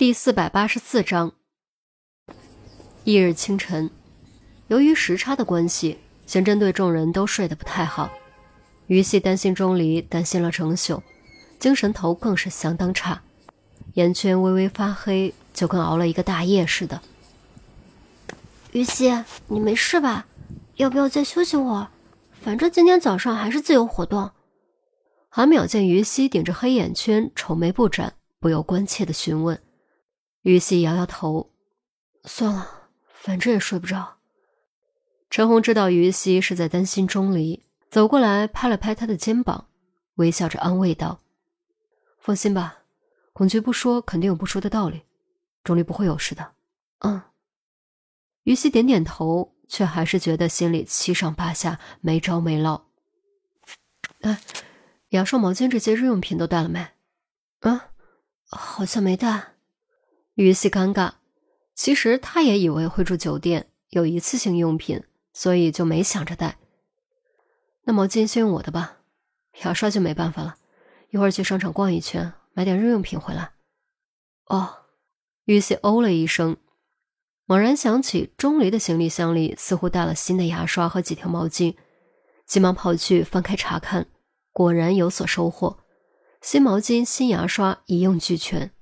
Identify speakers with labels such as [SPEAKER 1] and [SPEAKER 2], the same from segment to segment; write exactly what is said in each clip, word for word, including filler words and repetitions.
[SPEAKER 1] 第四百八十四章。翌日清晨，由于时差的关系，刑侦队众人都睡得不太好。于西担心钟离，担心了整宿，精神头更是相当差，眼圈微微发黑，就跟熬了一个大夜似的。
[SPEAKER 2] 于西，你没事吧？要不要再休息会儿？反正今天早上还是自由活动。
[SPEAKER 1] 韩淼见于西顶着黑眼圈，愁眉不展，不由关切地询问。于西摇摇头，算了，反正也睡不着。陈红知道于西是在担心钟离，走过来拍了拍他的肩膀，微笑着安慰道：放心吧，孔局不说肯定有不说的道理，钟离不会有事的。嗯。于西点点头，却还是觉得心里七上八下，没着没落。哎，牙刷毛巾这些日用品都带了没？
[SPEAKER 2] 啊，好像没带。
[SPEAKER 1] 于西尴尬，其实他也以为会住酒店，有一次性用品，所以就没想着带。那毛巾先用我的吧，牙刷就没办法了，一会儿去商场逛一圈，买点日用品回来。哦，于西哦了一声，猛然想起钟离的行李箱里似乎带了新的牙刷和几条毛巾，急忙跑去翻开查看，果然有所收获，新毛巾新牙刷一应俱全。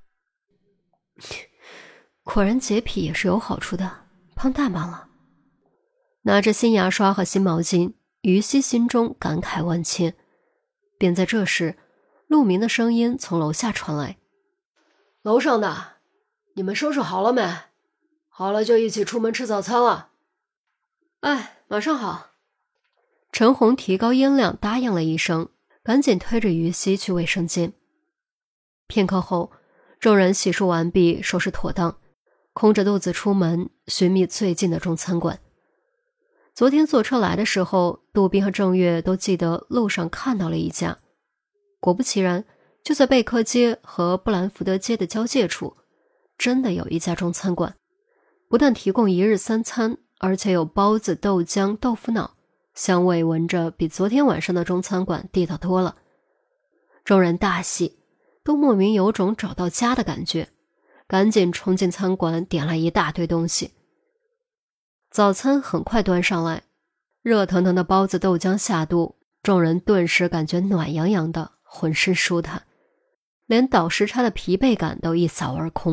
[SPEAKER 1] 果然洁癖也是有好处的，胖大码了。拿着新牙刷和新毛巾，于西心中感慨万千。便在这时，陆明的声音从楼下传来：
[SPEAKER 3] 楼上的，你们收拾好了没？好了就一起出门吃早餐了。
[SPEAKER 1] 哎，马上好。陈红提高音量答应了一声，赶紧推着于西去卫生间。片刻后，众人洗漱完毕，收拾妥当，空着肚子出门寻觅最近的中餐馆。昨天坐车来的时候，杜宾和郑月都记得路上看到了一家，果不其然，就在贝克街和布兰福德街的交界处，真的有一家中餐馆，不但提供一日三餐，而且有包子、豆浆、豆腐脑，香味闻着比昨天晚上的中餐馆地道多了。众人大喜，都莫名有种找到家的感觉，赶紧冲进餐馆点了一大堆东西。早餐很快端上来，热腾腾的包子豆浆下肚，众人顿时感觉暖洋洋的，浑身舒坦，连倒时差的疲惫感都一扫而空。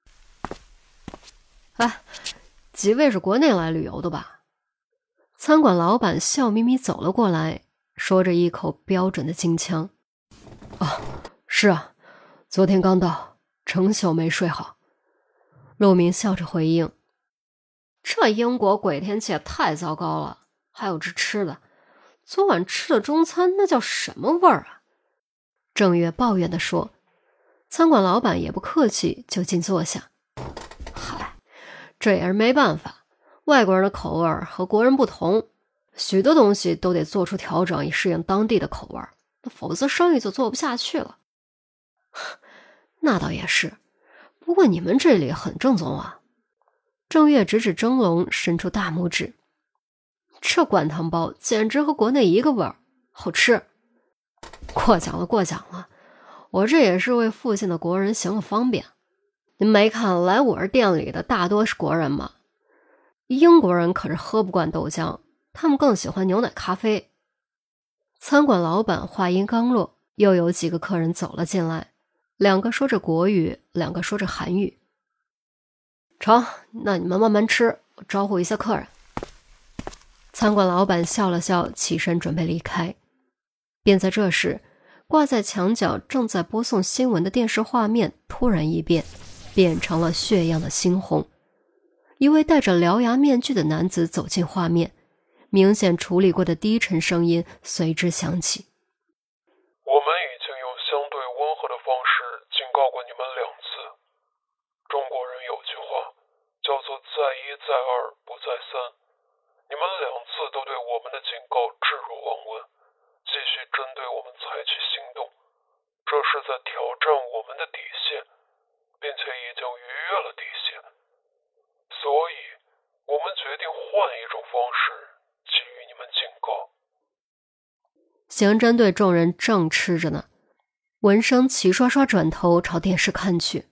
[SPEAKER 1] 哎，几位是国内来旅游的吧？餐馆老板笑眯眯走了过来，说着一口标准的京腔。
[SPEAKER 3] 哦，是啊，昨天刚到，整宿没睡好。
[SPEAKER 1] 陆明笑着回应。这英国鬼天气也太糟糕了，还有这吃的，昨晚吃的中餐那叫什么味儿啊？郑月抱怨地说。餐馆老板也不客气，就近坐下。嗨，这也是没办法，外国人的口味和国人不同，许多东西都得做出调整以适应当地的口味，否则生意就做不下去了。那倒也是，不过你们这里很正宗啊。郑月指指蒸笼，伸出大拇指。这灌汤包简直和国内一个味儿，好吃。过奖了过奖了，我这也是为附近的国人行个方便。您没看来我这店里的大多是国人吗？英国人可是喝不惯豆浆，他们更喜欢牛奶咖啡。餐馆老板话音刚落，又有几个客人走了进来，两个说着国语，两个说着韩语。成，那你们慢慢吃，我招呼一下客人。餐馆老板笑了笑，起身准备离开。便在这时，挂在墙角正在播送新闻的电视画面突然一变，变成了血样的猩红。一位戴着獠牙面具的男子走进画面，明显处理过的低沉声音随之响起。
[SPEAKER 4] 我们已经用相对温和的方式警告过你们两次。中国人有句话叫做再一再二不再三，你们两次都对我们的警告置若罔闻，继续针对我们采取行动，这是在挑战我们的底线，并且已经逾越了底线，所以我们决定换一种方式给予你们警告。
[SPEAKER 1] 刑侦队众人正吃着呢，闻声齐刷刷转头朝电视看去，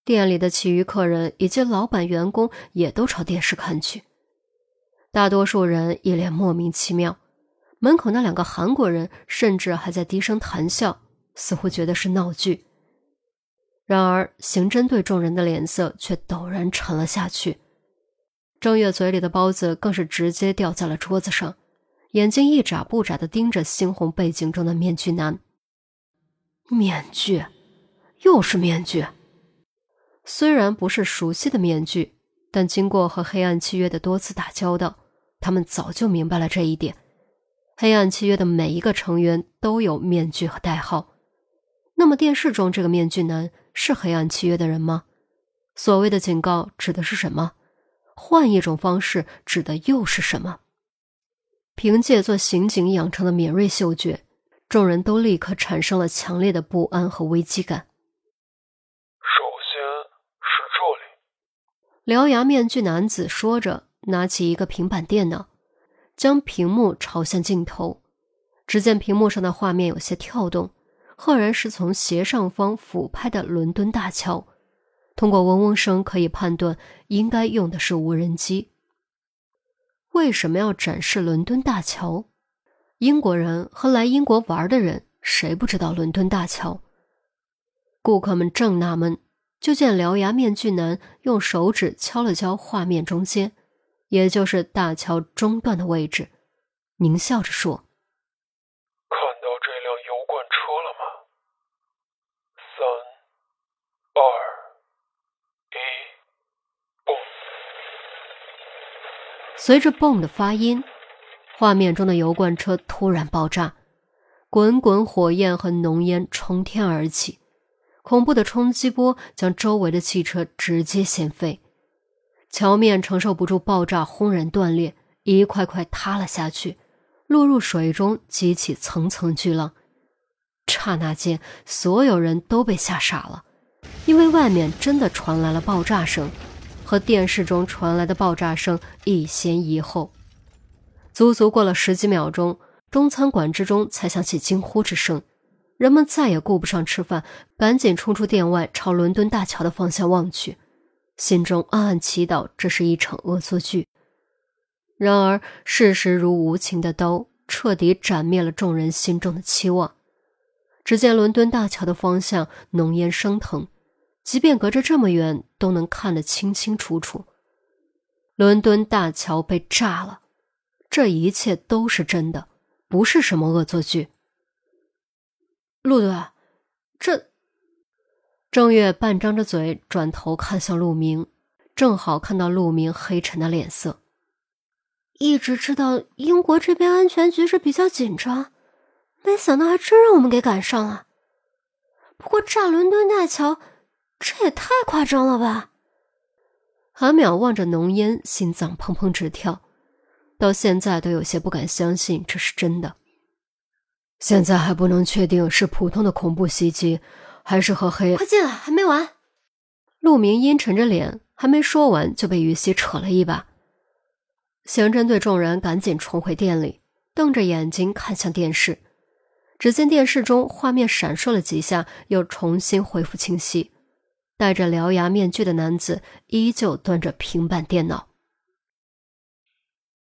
[SPEAKER 1] 店里的其余客人以及老板员工也都朝电视看去。大多数人一脸莫名其妙，门口那两个韩国人甚至还在低声谈笑，似乎觉得是闹剧。然而刑侦队众人的脸色却陡然沉了下去。郑月嘴里的包子更是直接掉在了桌子上，眼睛一眨不眨地盯着猩红背景中的面具男。面具，又是面具。虽然不是熟悉的面具，但经过和黑暗契约的多次打交道，他们早就明白了这一点。黑暗契约的每一个成员都有面具和代号。那么电视中这个面具男是黑暗契约的人吗？所谓的警告指的是什么？换一种方式指的又是什么？凭借做刑警养成的敏锐嗅觉，众人都立刻产生了强烈的不安和危机感。
[SPEAKER 4] 首先是这里。
[SPEAKER 1] 獠牙面具男子说着，拿起一个平板电脑，将屏幕朝向镜头。只见屏幕上的画面有些跳动，赫然是从斜上方俯拍的伦敦大桥。通过嗡嗡声可以判断，应该用的是无人机。为什么要展示伦敦大桥？英国人和来英国玩的人，谁不知道伦敦大桥？顾客们正纳闷，就见獠牙面具男用手指敲了敲画面中间，也就是大桥中段的位置，狞笑着说：
[SPEAKER 4] 看到这辆油罐车了吗？三、二、一，蹦！
[SPEAKER 1] 随着蹦的发音，画面中的油罐车突然爆炸，滚滚火焰和浓烟冲天而起，恐怖的冲击波将周围的汽车直接掀飞，桥面承受不住爆炸轰然断裂，一块块塌了下去，落入水中，激起层层巨浪。刹那间，所有人都被吓傻了，因为外面真的传来了爆炸声，和电视中传来的爆炸声一先一后。足足过了十几秒钟，中餐馆之中才响起惊呼之声，人们再也顾不上吃饭，赶紧冲出店外，朝伦敦大桥的方向望去，心中暗暗祈祷这是一场恶作剧。然而事实如无情的刀，彻底斩灭了众人心中的期望。只见伦敦大桥的方向浓烟升腾，即便隔着这么远都能看得清清楚楚。伦敦大桥被炸了，这一切都是真的，不是什么恶作剧。陆队，这……郑月半张着嘴转头看向陆明，正好看到陆明黑沉的脸色。
[SPEAKER 2] 一直知道英国这边安全局势比较紧张，没想到还真让我们给赶上了。不过炸伦敦大桥，这也太夸张了吧。
[SPEAKER 1] 韩淼望着浓烟，心脏砰砰直跳，到现在都有些不敢相信这是真的。现在还不能确定是普通的恐怖袭击，还是和黑……
[SPEAKER 2] 快进来，还没完。
[SPEAKER 1] 陆明阴沉着脸，还没说完就被于西扯了一把。刑侦队众人赶紧冲回店里，瞪着眼睛看向电视。只见电视中画面闪烁了几下，又重新恢复清晰。戴着獠牙面具的男子依旧端着平板电脑。